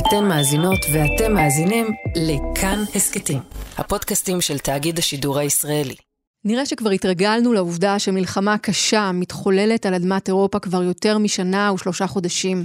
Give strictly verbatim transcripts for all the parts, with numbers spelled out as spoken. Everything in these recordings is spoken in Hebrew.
אתן מאזינות ואתם מאזינים לכאן הסקטים, הפודקאסטים של תאגיד השידור הישראלי. נראה שכבר התרגלנו לעובדה שמלחמה קשה מתחוללת על אדמת אירופה כבר יותר משנה ושלושה חודשים.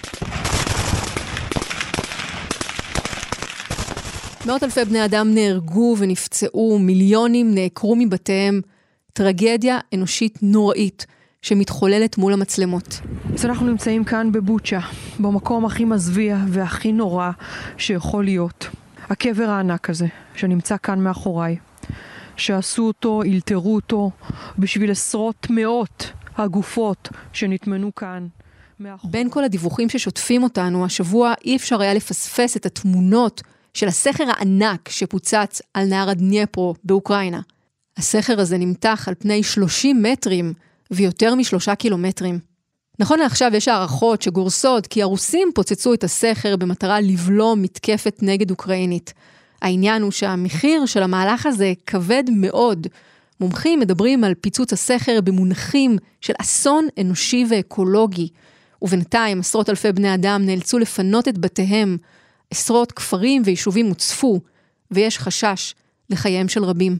מאות אלפי בני אדם נהרגו ונפצעו, מיליונים נעקרו מבתיהם, טרגדיה אנושית נוראית שמתחוללת מול המצלמות. אז אנחנו נמצאים כאן בבוצ'ה, במקום הכי מזוויע והכי נורא שיכול להיות. הקבר הענק הזה שנמצא כאן מאחוריי, שעשו אותו, הלתרו אותו, בשביל עשרות מאות הגופות שנטמנו כאן. מאחור... בין כל הדיווחים ששוטפים אותנו, השבוע אי אפשר היה לפספס את התמונות של הסכר הענק שפוצץ על נהר הדנייפרו באוקראינה. הסכר הזה נמתח על פני שלושים מטרים ויותר משלושה קילומטרים. נכון לעכשיו יש הערכות שגורסות כי הרוסים פוצצו את הסכר במטרה לבלום מתקפת נגד אוקראינית. העניין הוא שהמחיר של המהלך הזה כבד מאוד. מומחים מדברים על פיצוץ הסכר במונחים של אסון אנושי ואקולוגי. ובינתיים עשרות אלפי בני אדם נאלצו לפנות את בתיהם. עשרות כפרים ויישובים הוצפו, ויש חשש לחייהם של רבים.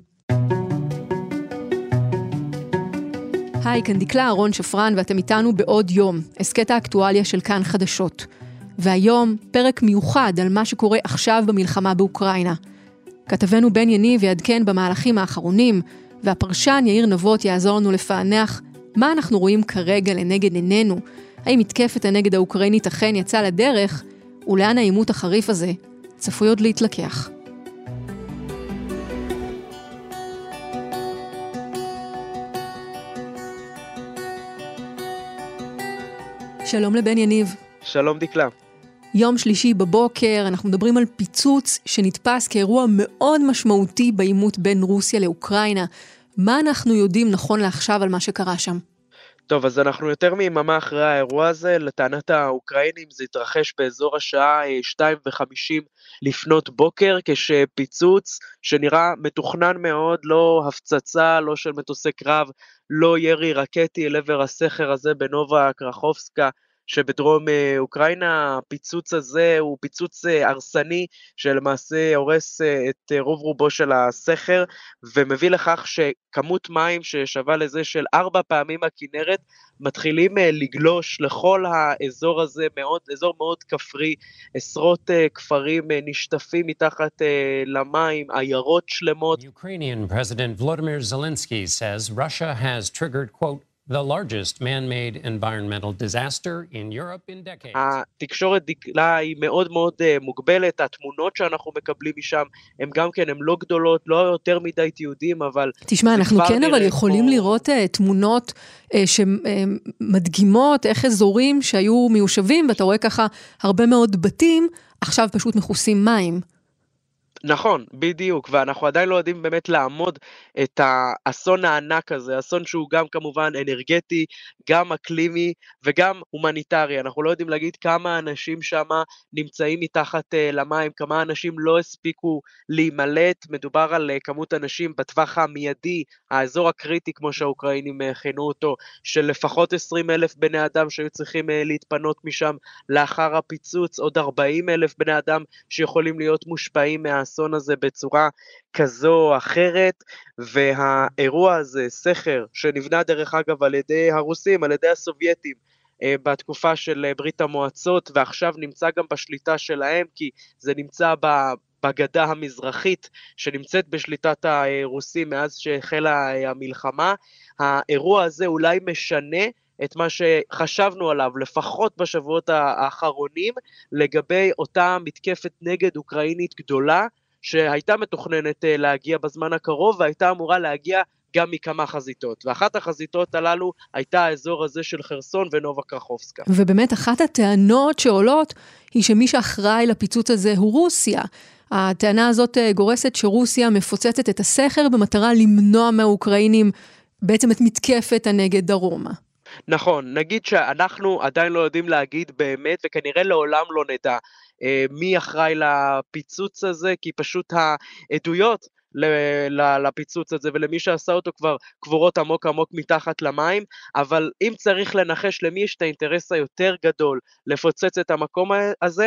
היי, כאן דקלה אהרון שפרן, ואתם איתנו בעוד יום, הסקט האקטואליה של כאן חדשות. והיום פרק מיוחד על מה שקורה עכשיו במלחמה באוקראינה. כתבנו בן יניב יעדכן במהלכים האחרונים, והפרשן יאיר נבות יעזור לנו לפענח מה אנחנו רואים כרגע לנגד עינינו, האם מתקפת הנגד האוקראינית אכן יצאה לדרך, ולאן העימות החריף הזה צפוי עוד להתלקח. שלום לבן יניב. שלום דקלה. יום שלישי בבוקר, אנחנו מדברים על פיצוץ שנתפס כאירוע מאוד משמעותי בעימות בין רוסיה לאוקראינה. מה אנחנו יודעים נכון לעכשיו על מה שקרה שם? טוב, אז אנחנו יותר מיממה אחרי האירוע הזה. לטענת האוקראינים זה התרחש באזור השעה שתיים וחמישים לפנות בוקר, כשפיצוץ שנראה מתוכנן מאוד, לא הפצצה, לא של מטוסי קרב, לא ירי רקטי אל עבר הסכר הזה בנובה קרחובסקה שבדרום אוקראינה. הפיצוץ הזה הוא פיצוץ הרסני שלמעשה הורס את רוב רובו של הסכר, ומביא לכך שכמות מים ששווה לזה של ארבע פעמים הכנרת מתחילים לגלוש לכל האזור הזה, מאוד, אזור מאוד כפרי, עשרות כפרים נשטפים מתחת למים, עיירות שלמות. Ukrainian President Volodymyr Zelensky says Russia has triggered, quote, the largest man-made environmental disaster in Europe in decades. התקשורת דקלה היא מאוד מאוד מוגבלת, התמונות שאנחנו מקבלים משם הם גם כן, הם לא גדולות, לא יותר מדי תיעודים, אבל... תשמע, אנחנו כן אבל יכולים כמו... לראות תמונות שמדגימות איך אזורים שהיו מיושבים, ואתה רואה ככה הרבה מאוד בתים, עכשיו פשוט מכוסים מים. נכון, בדיוק, ואנחנו עדיין לא יודעים באמת לעמוד את האסון הענק הזה, אסון שהוא גם כמובן אנרגטי, גם אקלימי וגם הומניטרי. אנחנו לא יודעים להגיד כמה אנשים שם נמצאים מתחת למים, כמה אנשים לא הספיקו להימלט. מדובר על כמות אנשים בטווח המיידי, האזור הקריטי כמו שהאוקראינים כינו אותו, של לפחות עשרים אלף בני אדם שהיו צריכים להתפנות משם לאחר הפיצוץ, עוד ארבעים אלף בני אדם שיכולים להיות מושפעים מה האסון הזה בצורה כזו או אחרת. והאירוע הזה, סכר, שנבנה דרך אגב על ידי הרוסים, על ידי הסובייטים, בתקופה של ברית המועצות, ועכשיו נמצא גם בשליטה שלהם, כי זה נמצא בגדה המזרחית, שנמצאת בשליטת הרוסים מאז שהחלה המלחמה. האירוע הזה אולי משנה את מה שחשבנו עליו, לפחות בשבועות האחרונים, לגבי אותה מתקפת נגד אוקראינית גדולה, שהייתה מתוכננת להגיע בזמן הקרוב, והייתה אמורה להגיע גם מכמה חזיתות. ואחת החזיתות הללו הייתה האזור הזה של חרסון ונובה קרחובסקה. ובאמת אחת הטענות שעולות, היא שמי שאחראי לפיצוץ הזה הוא רוסיה. הטענה הזאת גורסת שרוסיה מפוצצת את הסכר, במטרה למנוע מהאוקראינים בעצם את מתקפת הנגד דרומה. נכון, נגיד שאנחנו עדיין לא יודעים להגיד באמת, וכנראה לעולם לא נדע מי אחראי לפיצוץ הזה, כי פשוט העדויות לפיצוץ הזה ולמי שעשה אותו כבר קבורות עמוק עמוק מתחת למים. אבל אם צריך לנחש למי יש את האינטרס היותר גדול לפוצץ את המקום הזה,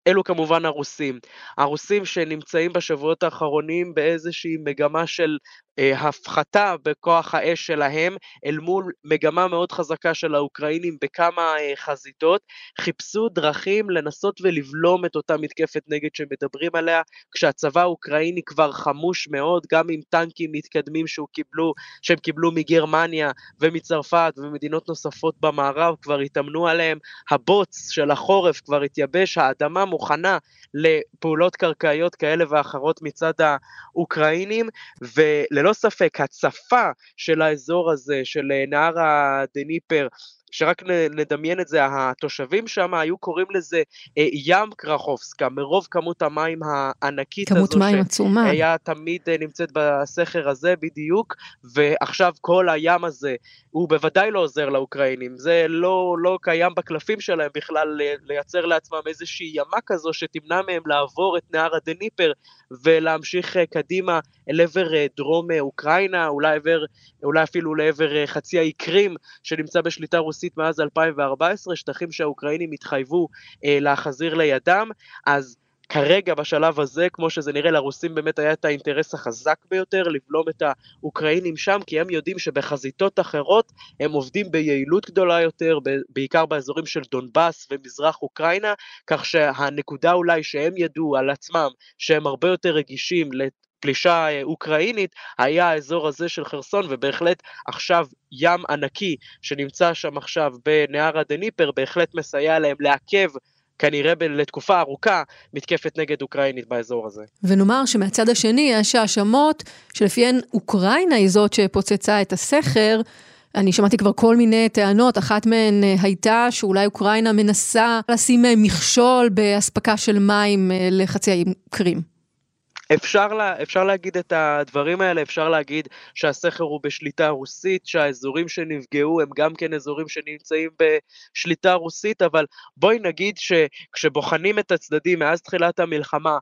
אלו כמובן הרוסים. הרוסים שנמצאים בשבועות האחרונים באיזושהי מגמה של אה, הפחתה בכוח האש שלהם, אל מול מגמה מאוד חזקה של האוקראינים בכמה אה, חזיתות, חיפשו דרכים לנסות ולבלום את אותה מתקפת נגד שמדברים עליה, כשהצבא האוקראיני כבר חמוש מאוד, גם עם טנקים מתקדמים שהוא קיבלו, שהם קיבלו מגרמניה ומצרפת ומדינות נוספות במערב, כבר התאמנו עליהם, הבוץ של החורף כבר התייבש, האדמה מוכנה לפעולות קרקעיות כאלה ואחרות מצד האוקראינים, וללא ספק הצפה של האזור הזה, של נהר הדניפר, שרק נדמיין את זה, התושבים שם היו קוראים לזה ים קרחובסקה, מרוב כמות המים הענקית כמות הזו, מים עצומה. שהיה תמיד נמצאת בסכר הזה בדיוק, ועכשיו כל הים הזה, הוא בוודאי לא עוזר לאוקראינים, זה לא, לא קיים בקלפים שלהם בכלל לייצר לעצמם איזושהי ימה כזו, שתמנע מהם לעבור את נהר הדניפר, ולהמשיך קדימה אל עבר דרום אוקראינה, אולי, עבר, אולי אפילו לעבר חצי האי קרים, שנמצא בשליטה רוסית מאז אלפיים וארבע עשרה, שטחים שהאוקראינים התחייבו אה, להחזיר לידם, אז כרגע בשלב הזה, כמו שזה נראה, לרוסים באמת היה את האינטרס החזק ביותר, לבלום את האוקראינים שם, כי הם יודעים שבחזיתות אחרות, הם עובדים ביעילות גדולה יותר, בעיקר באזורים של דונבאס ומזרח אוקראינה, כך שהנקודה אולי שהם ידעו על עצמם, שהם הרבה יותר רגישים לפלישה אוקראינית, היה האזור הזה של חרסון, ובהחלט עכשיו ים ענקי, שנמצא שם עכשיו בנהר הדניפר, בהחלט מסייע להם לעכב, כנראה לתקופה ארוכה, מתקפת נגד אוקראינית באזור הזה. ונאמר שמהצד השני יש האשמות שלפיהן אוקראינה היא זאת שפוצצה את הסכר. אני שמעתי כבר כל מיני טענות, אחת מהן הייתה שאולי אוקראינה מנסה לשים מכשול בהספקה של מים לחצי האי קרים. אפשר, לה, אפשר להגיד את הדברים האלה, אפשר להגיד שהסכר הוא בשליטה רוסית, שהאזורים שנפגעו הם גם כן אזורים שנמצאים בשליטה רוסית, אבל בואי נגיד שכשבוחנים את הצדדים מאז תחילת המלחמה,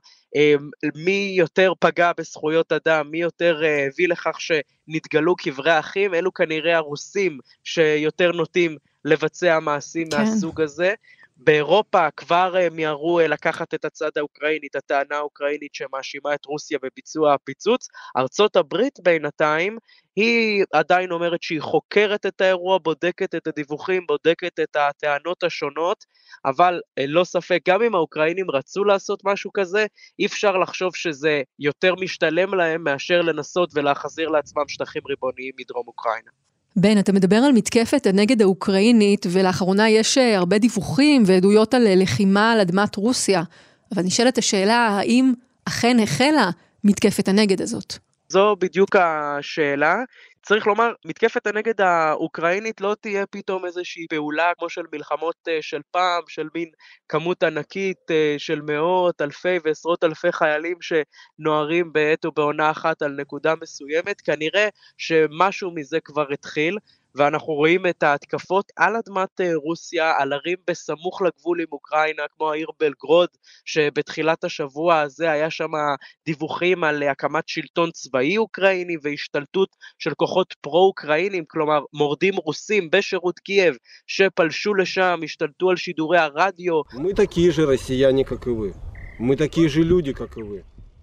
מי יותר פגע בזכויות אדם, מי יותר הביא לכך שנתגלו קברי אחים, אלו כנראה הרוסים שיותר נוטים לבצע מעשים כן. מהסוג הזה, באירופה כבר מיהרו לקחת את הצד האוקראיני, את הטענה האוקראינית שמאשימה את רוסיה בביצוע הפיצוץ. ארצות הברית בינתיים, היא עדיין אומרת שהיא חוקרת את האירוע, בודקת את הדיווחים, בודקת את הטענות השונות, אבל לא ספק, גם אם האוקראינים רצו לעשות משהו כזה, אי אפשר לחשוב שזה יותר משתלם להם מאשר לנסות ולהחזיר לעצמם שטחים ריבוניים מדרום אוקראינה. בן, אתה מדבר על מתקפת נגד האוקראינית, ולאחרונה יש הרבה דיווחים ועדויות על לחימה על אדמת רוסיה, אבל נשאלת השאלה, האם אכן החלה מתקפת הנגד הזאת? זו בדיוק השאלה. צריך לומר, מתקפת הנגד האוקראינית לא תהיה פתאום איזושהי פעולה כמו של מלחמות של פעם, של מין כמות ענקית של מאות, אלפי ועשרות אלפי חיילים שנוערים בעת ובעונה אחת על נקודה מסוימת. כנראה שמשהו מזה כבר התחיל, ואנחנו רואים את ההתקפות על אדמת רוסיה, על ערים בסמוך לגבול עם אוקראינה, כמו העיר בלגרוד, שבתחילת השבוע הזה היה שם דיווחים על הקמת שלטון צבאי אוקראיני, והשתלטות של כוחות פרו-אוקראינים, כלומר מורדים רוסים בשירות קייב, שפלשו לשם, השתלטו על שידורי הרדיו. Мы такие же россияне, как и вы. Мы такие же люди, как и вы.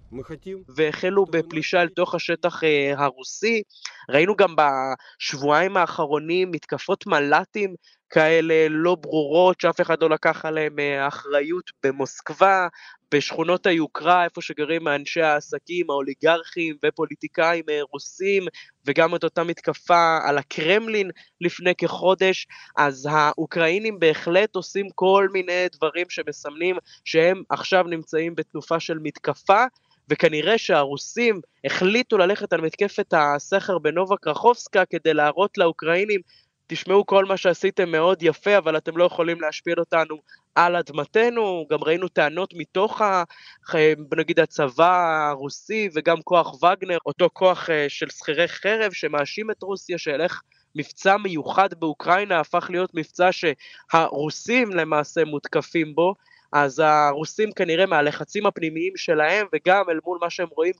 והחלו בפלישה אל תוך השטח הרוסי. ראינו גם בשבועיים האחרונים מתקפות מל"טים כאלה לא ברורות, שאף אחד לא לקח עליהם אחריות במוסקבה, בשכונות היוקרה, איפה שגרים אנשי העסקים, האוליגרכים ופוליטיקאים רוסים, וגם את אותה מתקפה על הקרמלין לפני כחודש. אז האוקראינים בהחלט עושים כל מיני דברים שמסמנים שהם עכשיו נמצאים בתנופה של מתקפה, וכנראה שהרוסים החליטו ללכת על מתקפת הסכר בנובה קרחובסקה, כדי להראות לאוקראינים, תשמעו, כל מה שעשיתם מאוד יפה, אבל אתם לא יכולים להשפיע אותנו על אדמתנו. גם ראינו טענות מתוך, נגיד, הצבא הרוסי, וגם כוח וגנר, אותו כוח של שכירי חרב, שמאשים את רוסיה, שהלך מבצע מיוחד באוקראינה, הפך להיות מבצע שהרוסים למעשה מותקפים בו. אז הרוסים כנראה מהלחצים הפנימיים שלהם, וגם אל מול מה שהם רואים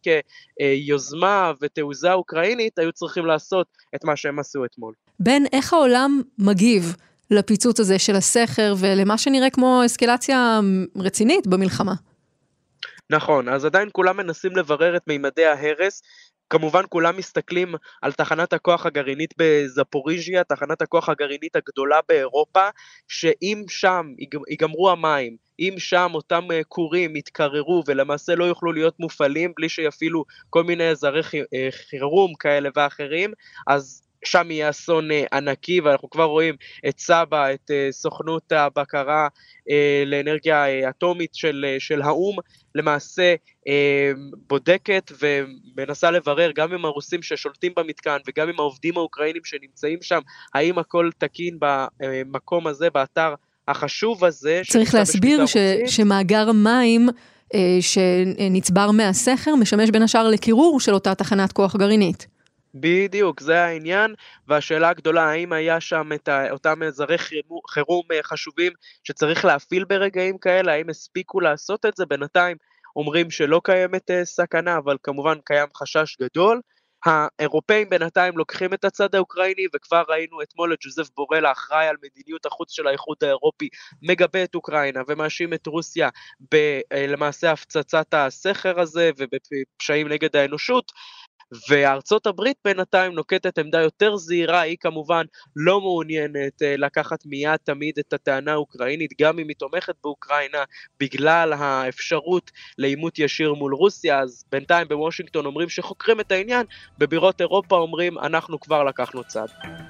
כיוזמה ותעוזה אוקראינית, היו צריכים לעשות את מה שהם עשו אתמול. בן, איך העולם מגיב לפיצוץ הזה של הסכר, ולמה שנראה כמו אסקלציה רצינית במלחמה. נכון, אז עדיין כולם מנסים לברר את מימדי ההרס, כמובן כולם מסתכלים על תחנת הכוח הגרעינית בזפוריז'יה, תחנת הכוח הגרעינית הגדולה באירופה, שאם שם ייגמרו המים, אם שם אותם כורים יתקררו ולמעשה לא יוכלו להיות מופעלים, בלי שיפעילו כל מיני עזרי חירום כאלה ואחרים, אז שם יהיה אסון ענקי, ואנחנו כבר רואים את סבא, את סוכנות הבקרה לאנרגיה אטומית של, של האום, למעשה בודקת ומנסה לברר גם עם הרוסים ששולטים במתקן, וגם עם העובדים האוקראינים שנמצאים שם, האם הכל תקין במקום הזה, באתר החשוב הזה. צריך להסביר ש, שמאגר המים שנצבר מהסכר, משמש בין השאר לקירור של אותה תחנת כוח גרעינית. בדיוק, זה העניין, והשאלה הגדולה, האם היה שם את אותם עזרי חירום חשובים שצריך להפעיל ברגעים כאלה, האם הספיקו לעשות את זה? בינתיים אומרים שלא קיימת סכנה, אבל כמובן קיים חשש גדול. האירופאים בינתיים לוקחים את הצד האוקראיני, וכבר ראינו אתמול את ג'וזף בורל, האחראי על מדיניות החוץ של האיחוד האירופי, מגבה את אוקראינה ומאשים את רוסיה בלמעשה הפצצת הסכר הזה ובפשעים נגד האנושות. וארצות הברית בינתיים נוקטת עמדה יותר זהירה, היא כמובן לא מעוניינת לקחת מיד תמיד את הטענה האוקראינית, גם אם היא תומכת באוקראינה, בגלל האפשרות לעימות ישיר מול רוסיה. אז בינתיים בוושינגטון אומרים שחוקרים את העניין, בבירות אירופה אומרים אנחנו כבר לקחנו צד.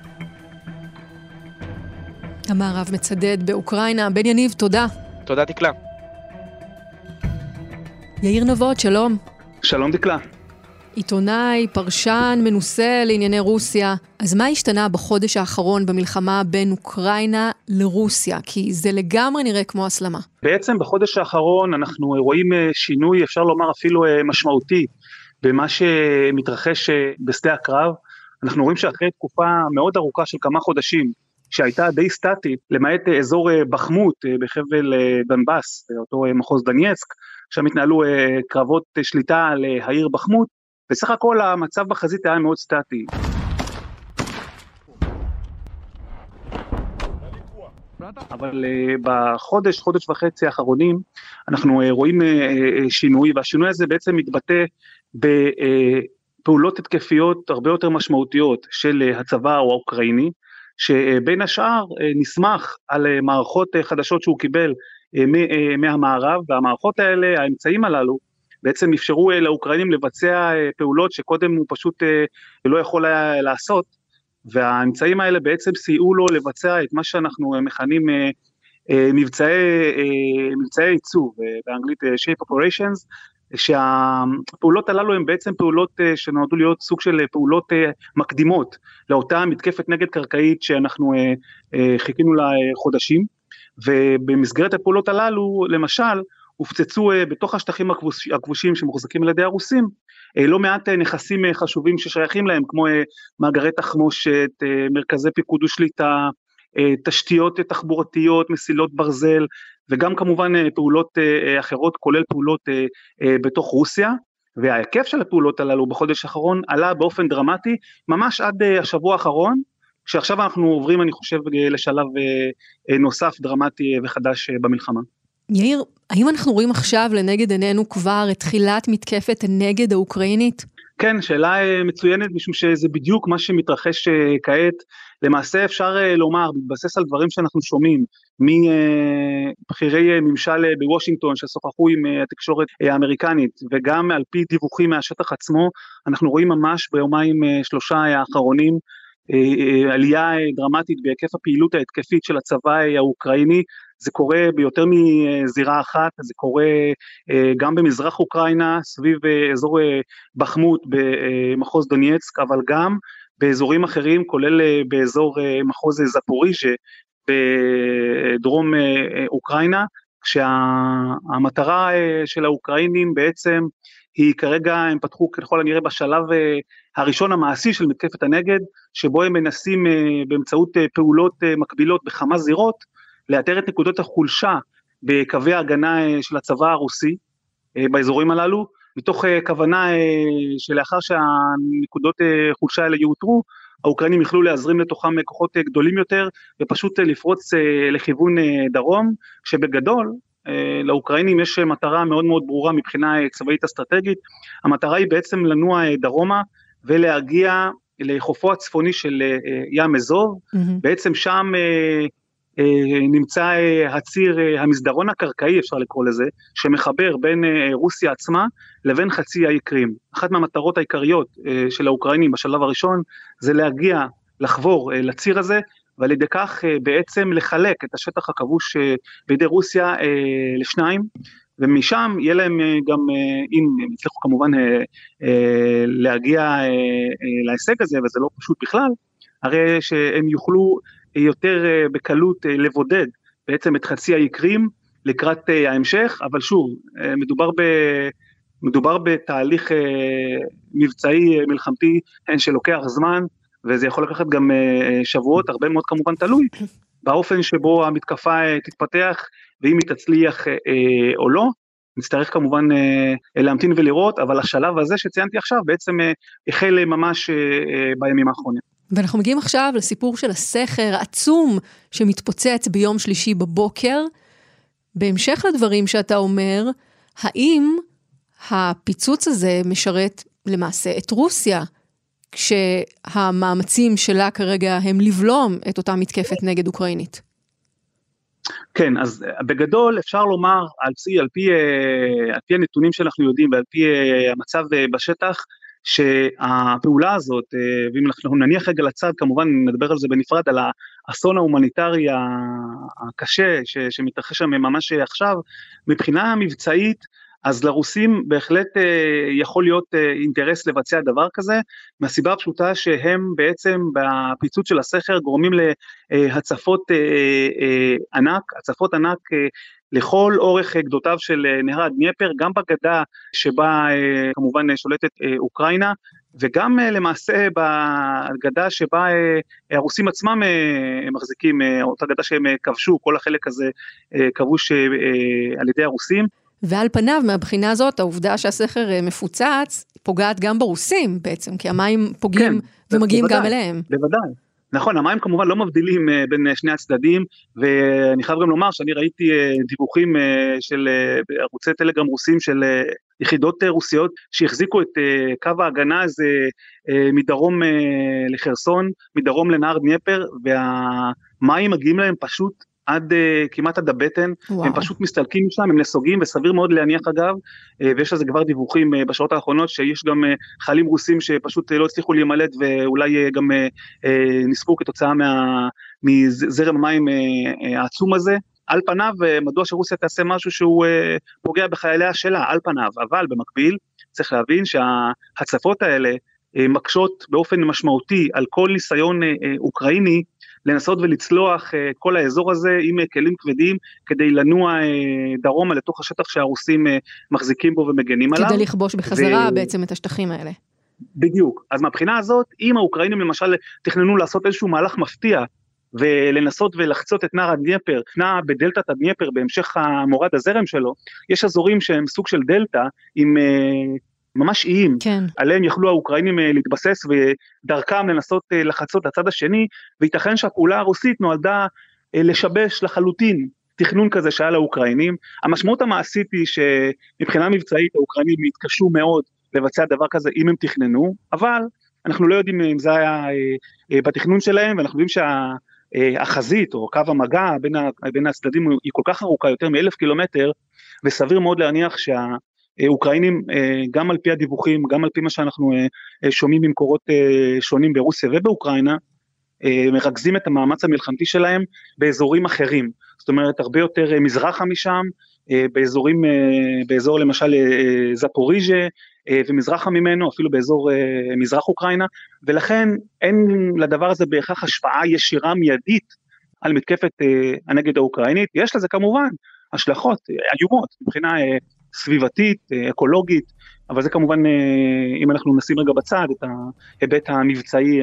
המערב מצדד באוקראינה. בן יניב, תודה. תודה דקלה. יאיר נבות, שלום. שלום דקלה. עיתונאי, פרשן, מנוסה לענייני רוסיה. אז מה השתנה בחודש האחרון במלחמה בין אוקראינה לרוסיה? כי זה לגמרי נראה כמו הסלמה. בעצם בחודש האחרון אנחנו רואים שינוי, אפשר לומר אפילו משמעותי, במה שמתרחש בשדה הקרב. אנחנו רואים שאחרי תקופה מאוד ארוכה של כמה חודשים, שהייתה די סטטית, למעט אזור בחמות בחבל דנבאס, אותו מחוז דנייצק, שם התנהלו קרבות שליטה על העיר בחמות, בסך הכל המצב בחזית היה מאוד סטטי. אבל בחודש, חודש וחצי האחרונים, אנחנו רואים שינוי, והשינוי הזה בעצם מתבטא בפעולות התקפיות הרבה יותר משמעותיות של הצבא או האוקראיני, שבין השאר נסמך על מערכות חדשות שהוא קיבל מהמערב, והמערכות האלה, האמצעים הללו, בעצם אפשרו לאוקראינים לבצע פעולות שקודם הוא פשוט לא יכול היה לעשות, והאמצעים האלה בעצם סייעו לו לבצע את מה שאנחנו מכנים מבצעי, מבצעי ייצוב, באנגלית shape operations, שהפעולות הללו הן בעצם פעולות שנועדו להיות סוג של פעולות מקדימות, לאותה מתקפת נגד קרקעית שאנחנו חיכינו לה חודשים, ובמסגרת הפעולות הללו, למשל, הופצצו בתוך השטחים הכבושים שמוחזקים על ידי הרוסים, לא מעט נכסים חשובים ששייכים להם, כמו מאגרי תחמושת, מרכזי פיקוד ושליטה, תשתיות תחבורתיות, מסילות ברזל, וגם כמובן פעולות אחרות, כולל פעולות בתוך רוסיה, וההיקף של הפעולות הללו בחודש האחרון עלה באופן דרמטי, ממש עד השבוע האחרון, שעכשיו אנחנו עוברים, אני חושב, לשלב נוסף דרמטי וחדש במלחמה. יאיר, האם אנחנו רואים עכשיו לנגד עינינו כבר את תחילת מתקפת הנגד האוקראינית? כן, שאלה מצוינת, משום שזה בדיוק מה שמתרחש כעת. למעשה אפשר לומר, מתבסס על דברים שאנחנו שומעים, מבחירי ממשל בוושינגטון ששוחחו עם התקשורת האמריקנית, וגם על פי דיווחים מהשטח עצמו, אנחנו רואים ממש ביומיים שלושה האחרונים, עלייה דרמטית בהיקף הפעילות ההתקפית של הצבא האוקראיני. זה קורה ביותר מזירה אחת, זה קורה גם במזרח אוקראינה, סביב אזור בחמות במחוז דנייצק, אבל גם באזורים אחרים, כולל באזור מחוז זפוריז'ה בדרום אוקראינה, כשהמטרה של האוקראינים בעצם היא כרגע, הם פתחו ככל הנראה בשלב הראשון המעשי של מתקפת הנגד, שבו הם מנסים באמצעות פעולות מקבילות בכמה זירות, לאתר את נקודות החולשה בקווי ההגנה של הצבא הרוסי באזורים הללו, מתוך כוונה שלאחר שהנקודות חולשה האלה יאותרו, האוקראינים יוכלו להזרים לתוכם כוחות גדולים יותר, ופשוט לפרוץ לכיוון דרום, שבגדול, לאוקראינים יש מטרה מאוד מאוד ברורה מבחינה צבאית אסטרטגית, המטרה היא בעצם לנוע דרומה, ולהגיע לחופו הצפוני של ים אזוב, mm-hmm. בעצם שם נמצא הציר, המסדרון הקרקעי אפשר לקרוא לזה, שמחבר בין רוסיה עצמה לבין חצי האי קרים. אחת מהמטרות העיקריות של האוקראינים בשלב הראשון, זה להגיע, לחבור לציר הזה, ועל ידי כך בעצם לחלק את השטח הכבוש בידי רוסיה לשניים, ומשם יהיה להם גם, אם יצליחו כמובן להגיע להישג הזה, וזה לא פשוט בכלל, הרי שהם יוכלו יותר בקלות לבודד בעצם את חצי האי קרים לקראת ההמשך, אבל שוב, מדובר ב... מדובר בתהליך מבצעי מלחמתי שלוקח זמן, וזה יכול לקחת גם שבועות, הרבה מאוד כמובן תלוי, באופן שבו המתקפה תתפתח, ואם היא תצליח או לא, נצטרך כמובן להמתין ולראות, אבל השלב הזה שציינתי עכשיו, בעצם החל ממש בימים האחרונים. ואנחנו מגיעים עכשיו לסיפור של הסכר העצום, שמתפוצץ ביום שלישי בבוקר, בהמשך לדברים שאתה אומר, האם הפיצוץ הזה משרת למעשה את רוסיה, כשהמאמצים שלה כרגע הם לבלום את אותה מתקפת נגד אוקראינית? כן, אז בגדול אפשר לומר, על פי, על פי, על פי הנתונים שאנחנו יודעים, ועל פי המצב בשטח, שהפעולה הזאת, ואם אנחנו נניח רגע לצד, כמובן נדבר על זה בנפרד, על האסון ההומניטרי הקשה שמתרחש שם ממש עכשיו, מבחינה מבצעית, אז לרוסים בהחלט יכול להיות אינטרס לבצע דבר כזה, מהסיבה הפשוטה שהם בעצם בפיצוץ של הסכר גורמים להצפות ענק, הצפות ענק לכל אורך גדותיו של נהר הדנייפר, גם בגדה שבה כמובן שולטת אוקראינה, וגם למעשה בגדה שבה הרוסים עצמם מחזיקים, אותה גדה שהם כבשו, כל החלק הזה כבוש על ידי הרוסים, ועל פניו, מהבחינה הזאת, העובדה שהסכר מפוצץ, פוגעת גם ברוסים בעצם, כי המים פוגעים כן, ומגיעים בוודאי, גם אליהם. בוודאי. נכון, המים כמובן לא מבדילים בין שני הצדדים, ואני חייב גם לומר שאני ראיתי דיווחים של ערוצי טלגרם רוסים של יחידות רוסיות, שהחזיקו את קו ההגנה הזה מדרום לחרסון, מדרום לנהר דנייפר, והמים מגיעים להם פשוט, עד uh, כמעט עד הבטן, וואו. הם פשוט מסתלקים שם, הם נסוגים, וסביר מאוד להניח אגב, uh, ויש לזה כבר דיווחים uh, בשעות האחרונות, שיש גם uh, חיילים רוסים שפשוט uh, לא הצליחו להימלט, ואולי uh, גם uh, uh, נספו כתוצאה מה, מזרם המים uh, uh, העצום הזה, על פניו, uh, מדוע שרוסיה תעשה משהו שהוא uh, פוגע בחייליה שלה, על פניו, אבל במקביל, צריך להבין שההצפות האלה, uh, מקשות באופן משמעותי, על כל ניסיון uh, uh, אוקראיני, לנסות ולצלוח uh, כל האזור הזה עם uh, כלים כבדים, כדי לנוע uh, דרומה לתוך השטח שהרוסים uh, מחזיקים בו ומגנים עליו. כדי לכבוש בחזרה ו... בעצם את השטחים האלה. בדיוק. אז מהבחינה הזאת, אם האוקראינים למשל תכננו לעשות איזשהו מהלך מפתיע, ולנסות ולחצות את נהר הדנייפר, נע בדלתת הדנייפר בהמשך המורד הזרם שלו, יש אזורים שהם סוג של דלתא, עם... Uh, ממש איים, כן. עליהם יכלו האוקראינים להתבסס ודרכם לנסות לחצות לצד השני, וייתכן שהפעולה הרוסית נועדה לשבש לחלוטין תכנון כזה שהיה לאוקראינים. המשמעות המעשית היא שמבחינה מבצעית האוקראינים התקשו מאוד לבצע דבר כזה אם הם תכננו, אבל אנחנו לא יודעים אם זה היה בתכנון שלהם, ואנחנו יודעים שהחזית או קו המגע בין, בין הצדדים היא כל כך ארוכה, יותר מאלף קילומטר, וסביר מאוד להניח שה... אוקראינים, גם על פי הדיווחים, גם על פי מה שאנחנו שומעים ממקורות שונים ברוסיה ובאוקראינה, מרכזים את המאמץ המלחמתי שלהם באזורים אחרים, זאת אומרת הרבה יותר מזרחה משם, באזורים, באזור למשל זפוריז'ה, ומזרחה ממנו, אפילו באזור מזרח אוקראינה, ולכן אין לדבר הזה בהכרח השפעה ישירה מיידית על מתקפת הנגד האוקראינית, יש לזה כמובן השלכות איומות מבחינה סביבתית, אקולוגית, אבל זה כמובן, אם אנחנו נשים רגע בצד, את ההיבט המבצעי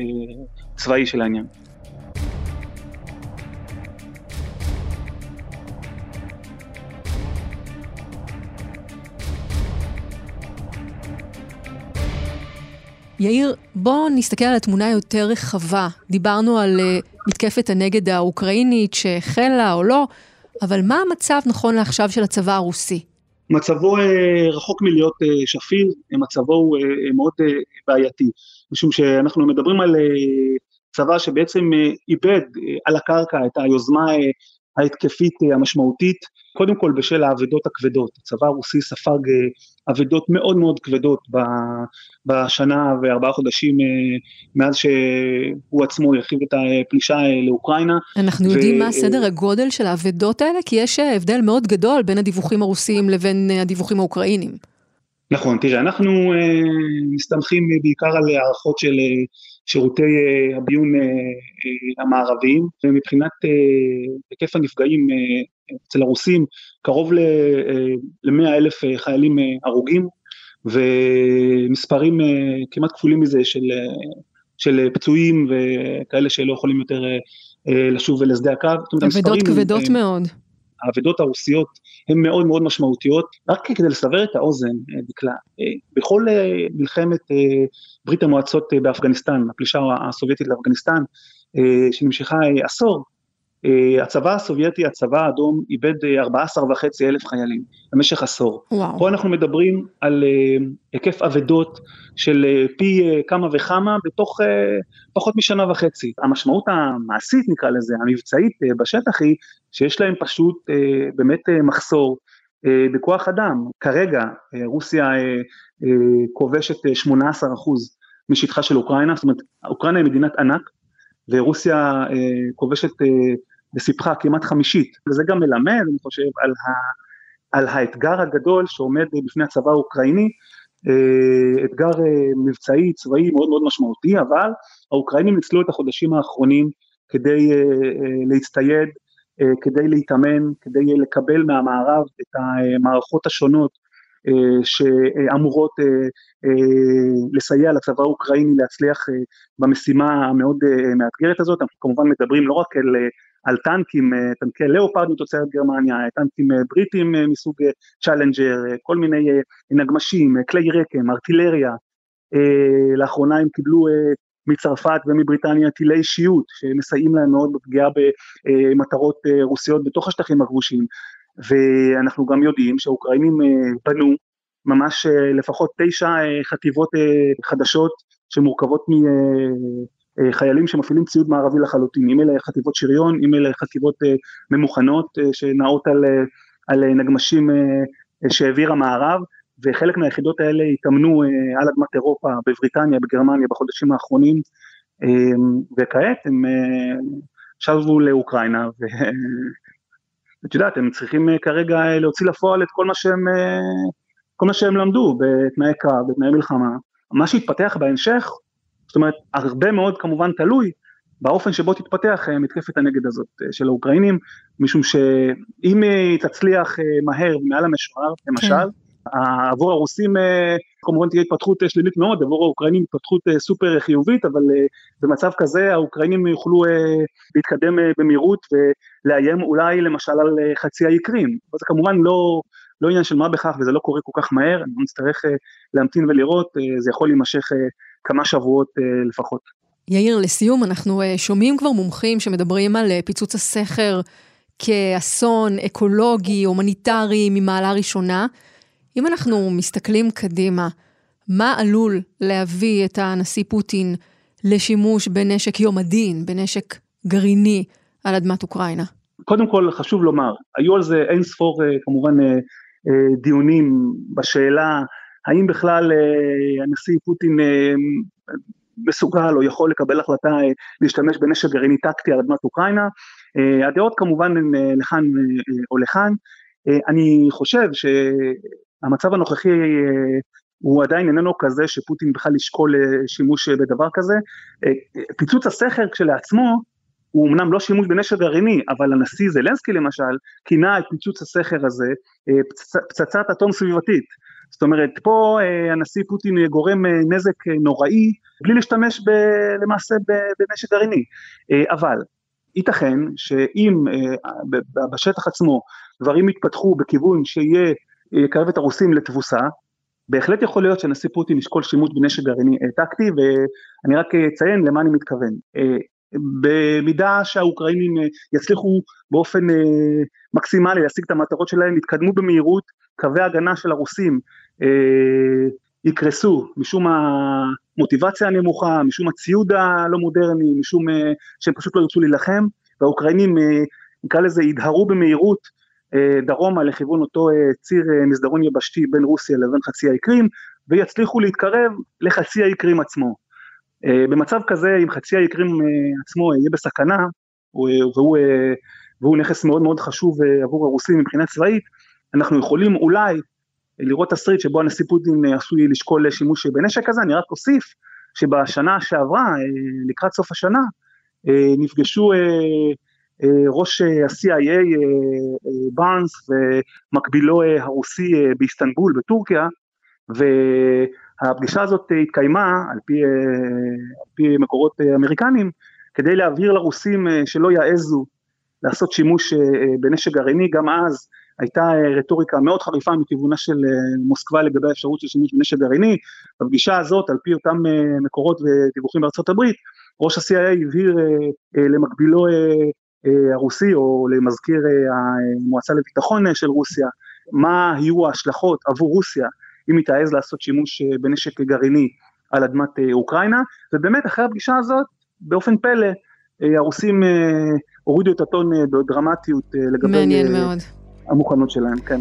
צבאי של העניין. יאיר, בואו נסתכל על התמונה יותר רחבה. דיברנו על uh, מתקפת הנגד האוקראינית שהחלה או לא, אבל מה המצב נכון לעכשיו של הצבא הרוסי? מצבו אה, רחוק מלהיות אה, שפיר, מצבו הוא אה, מאוד אה, בעייתי, משום שאנחנו מדברים על אה, צבא שבעצם אה, איבד אה, על הקרקע את היוזמה אה, ההתקפית אה, המשמעותית, קודם כל בשל העבדות הכבדות. הצבא הרוסי ספג אה, עבדות מאוד מאוד כבדות ב, בשנה וארבעה חודשים אה, מאז שהוא עצמו הרחיב את הפלישה אה, לאוקראינה. אנחנו ו... יודעים מה סדר הגודל של העבדות האלה? כי יש הבדל מאוד גדול בין הדיווחים הרוסיים לבין הדיווחים האוקראינים. נכון, תראה, אנחנו אה, מסתמכים בעיקר על הערכות של אה, שירותי אה, הביון אה, אה, המערביים, ומבחינת אה, היקף הנפגעים אה, אצל הרוסים, קרוב ל-מאה אלף אה, חיילים אה, הרוגים, ומספרים אה, כמעט כפולים מזה של, אה, של פצועים וכאלה שלא יכולים יותר אה, לשוב לשדה הקרב. עבדות כבדות אה, מאוד. העבדות הרוסיות הן מאוד מאוד משמעותיות, רק כדי לסבר את האוזן, דקלה, בכל מלחמת ברית המועצות באפגניסטן, הפלישה הסובייטית לאפגניסטן, שנמשכה עשור, הצבא הסובייטי, הצבא האדום, איבד ארבעה עשר וחצי אלף חיילים, במשך עשור. וואו. פה אנחנו מדברים על היקף עבדות של פי כמה וכמה, בתוך פחות משנה וחצי. המשמעות המעשית, נקרא לזה, המבצעית בשטח היא, שיש להם פשוט באמת מחסור בכוח אדם. כרגע רוסיה כובשת שמונה עשר אחוז משטחה של אוקראינה, זאת אומרת, אוקראינה היא מדינת ענק, ורוסיה כובשת בסיפחה כמעט חמישית, וזה גם מלמד, אני חושב, על, ה, על האתגר הגדול שעומד בפני הצבא האוקראיני, אתגר מבצעי, צבאי מאוד מאוד משמעותי, אבל האוקראינים ניצלו את החודשים האחרונים כדי להצטייד, כדי להתאמן, כדי לקבל מהמערב את המערכות השונות שאמורות לסייע לצבא האוקראיני להצליח במשימה המאוד מאתגרת הזאת. אנחנו כמובן מדברים לא רק על, על טנקים, טנקי לאופרד מתוצרת גרמניה, טנקים בריטים מסוג צ'לנג'ר, כל מיני נגמשים, כלי רקם, ארטילריה. לאחרונה הם קיבלו מצרפת ומבריטניה טילי שיוט, שמסייעים להם מאוד בפגיעה במטרות רוסיות בתוך השטחים הכבושים, ואנחנו גם יודעים שהאוקראינים בנו ממש לפחות תשע חטיבות חדשות, שמורכבות מחיילים שמפעילים ציוד מערבי לחלוטין, אם אלה חטיבות שריון, אם אלה חטיבות ממוכנות, שנעות על, על נגמשים שהעביר המערב, וחלק מהיחידות האלה התאמנו על אדמת אירופה, בבריטניה, בגרמניה, בחודשים האחרונים, וכעת הם שבו לאוקראינה, ואת יודעת, הם צריכים כרגע להוציא לפועל את כל מה שהם, כל מה שהם למדו, בתנאי קרב, בתנאי מלחמה. מה שהתפתח בהמשך, זאת אומרת, הרבה מאוד כמובן תלוי, באופן שבו תתפתח מתקפת הנגד הזאת של האוקראינים, משום שאם היא תצליח מהר מעל המשוער, למשל, עבור הרוסים כמובן תהיה התפתחות שלילית מאוד, עבור האוקראינים התפתחות סופר חיובית, אבל במצב כזה האוקראינים יוכלו להתקדם במהירות ולאיים אולי למשל על חצי האי קרים, אבל זה כמובן לא, לא עניין של מה בכך וזה לא קורה כל כך מהר, אני נצטרך להמתין ולראות, זה יכול להימשך כמה שבועות לפחות. יאיר, לסיום אנחנו שומעים כבר מומחים שמדברים על פיצוץ הסכר כאסון אקולוגי, הומניטרי ממעלה ראשונה, אם אנחנו מסתכלים קדימה, מה עלול להביא את הנשיא פוטין לשימוש בנשק יום הדין, בנשק גרעיני על אדמת אוקראינה? קודם כל חשוב לומר, היו על זה אין ספור כמובן דיונים בשאלה, האם בכלל הנשיא פוטין מסוגל או יכול לקבל החלטה להשתמש בנשק גרעיני טקטי על אדמת אוקראינה, הדעות כמובן הן לכאן או לכאן, אני חושב ש... המצב הנוכחי הוא עדיין איננו כזה שפוטין בכלל ישקול שימוש בדבר כזה. פיצוץ הסכר כשלעצמו הוא אמנם לא שימוש בנשק גרעיני, אבל הנשיא זלנסקי למשל כינה את פיצוץ הסכר הזה פצצ... פצצת אטום סביבתית. זאת אומרת, פה הנשיא פוטין גורם נזק נוראי בלי להשתמש ב... למעשה בנשק גרעיני. אבל ייתכן שאם בשטח עצמו דברים יתפתחו בכיוון שיהיה יקרב את הרוסים לתבוסה, בהחלט יכול להיות שנשיא פוטין ישקול שימוש בנשק גרעיני טקטי, ואני רק אציין למה אני מתכוון. במידה שהאוקראינים יצליחו באופן מקסימלי להשיג את המטרות שלהם, יתקדמו במהירות, קווי ההגנה של הרוסים יקרסו משום המוטיבציה הנמוכה, משום הציוד הלא מודרני, משום שהם פשוט לא ירצו להילחם, והאוקראינים נקרא לזה ידהרו במהירות דרומה לכיוון אותו ציר מסדרון יבשתי בין רוסיה לבין חצי האי קרים, ויצליחו להתקרב לחצי האי קרים עצמו. במצב כזה, אם חצי האי קרים עצמו יהיה בסכנה, והוא, והוא נכס מאוד מאוד חשוב עבור הרוסים מבחינה צבאית, אנחנו יכולים אולי לראות תסריט שבו הנשיא פוטין עשוי לשקול שימוש בנשק כזה. אני רק אוסיף שבשנה שעברה, לקראת סוף השנה, נפגשו ראש ה-סי איי איי בארנס ומקבילו הרוסי באיסטנבול בטורקיה, והפגישה הזאת התקיימה על פי, על פי מקורות אמריקנים, כדי להבהיר לרוסים שלא יעזו לעשות שימוש בנשק גרעיני. גם אז הייתה רטוריקה מאוד חריפה מכיוונה של מוסקבה לגבי האפשרות של שימוש בנשק גרעיני. בפגישה הזאת, על פי אותם מקורות ודיווחים בארצות הברית, ראש ה-סי איי איי הבהיר למקבילו הרוסי, או למזכיר המועצה לביטחון של רוסיה, מה היו ההשלכות עבור רוסיה, אם היא תעז לעשות שימוש בנשק גרעיני על אדמת אוקראינה. ובאמת אחרי הפגישה הזאת, באופן פלא, הרוסים הורידו את הטון בדרמטיות לגבי מעניין מאוד. המוכנות שלהם, כן.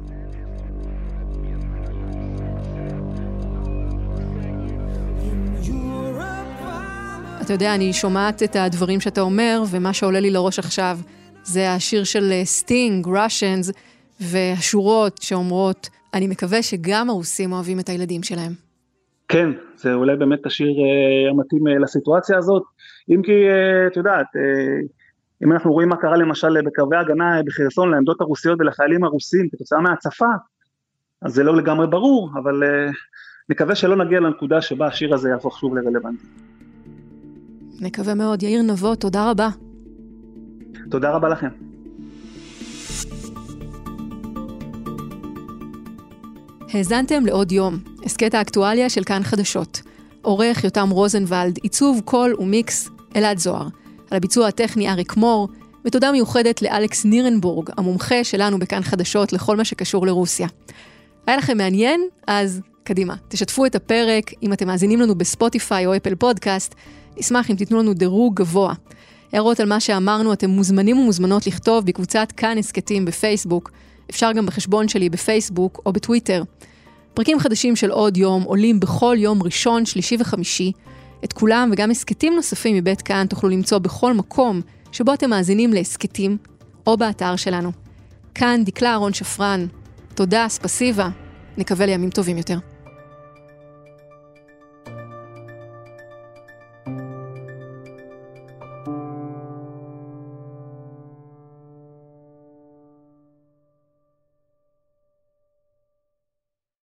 אתה יודע, אני שומעת את הדברים שאתה אומר, ומה שעולה לי לראש עכשיו, זה השיר של סטינג, Russians, והשורות שאומרות, אני מקווה שגם הרוסים אוהבים את הילדים שלהם. כן, זה אולי באמת השיר המתאים לסיטואציה הזאת, אם כי, את יודעת, אם אנחנו רואים מה קרה למשל בקווי ההגנה בחרסון לעמדות הרוסיות ולחיילים הרוסים כתוצאה מהצפה, אז זה לא לגמרי ברור, אבל נקווה שלא נגיע לנקודה שבה השיר הזה יהפוך שוב לרלוונטי. נקווה מאוד. יאיר נבות, תודה רבה. תודה רבה לכם. האזנתם לעוד יום, הסקט האקטואליה של כאן חדשות. עורך יותם רוזנבלד, עיצוב קול ומיקס אלעד זוהר. על הביצוע הטכני אריק מור, ותודה מיוחדת לאלכס נירנבורג, המומחה שלנו בכאן חדשות לכל מה שקשור לרוסיה. היה לכם מעניין? אז קדימה, תשתפו את הפרק. אם אתם מאזינים לנו בספוטיפיי או אפל פודקאסט, נשמח אם תיתנו לנו דירוג גבוה. הערות על מה שאמרנו, אתם מוזמנים ומוזמנות לכתוב בקבוצת כאן הסקטים בפייסבוק. אפשר גם בחשבון שלי בפייסבוק או בטוויטר. פרקים חדשים של עוד יום עולים בכל יום ראשון, שלישי וחמישי. את כולם וגם הסקטים נוספים מבית כאן תוכלו למצוא בכל מקום שבו אתם מאזינים להסקטים או באתר שלנו. כאן דקלה אהרון שפרן. תודה, ספסיבה. נקווה לימים טובים יותר.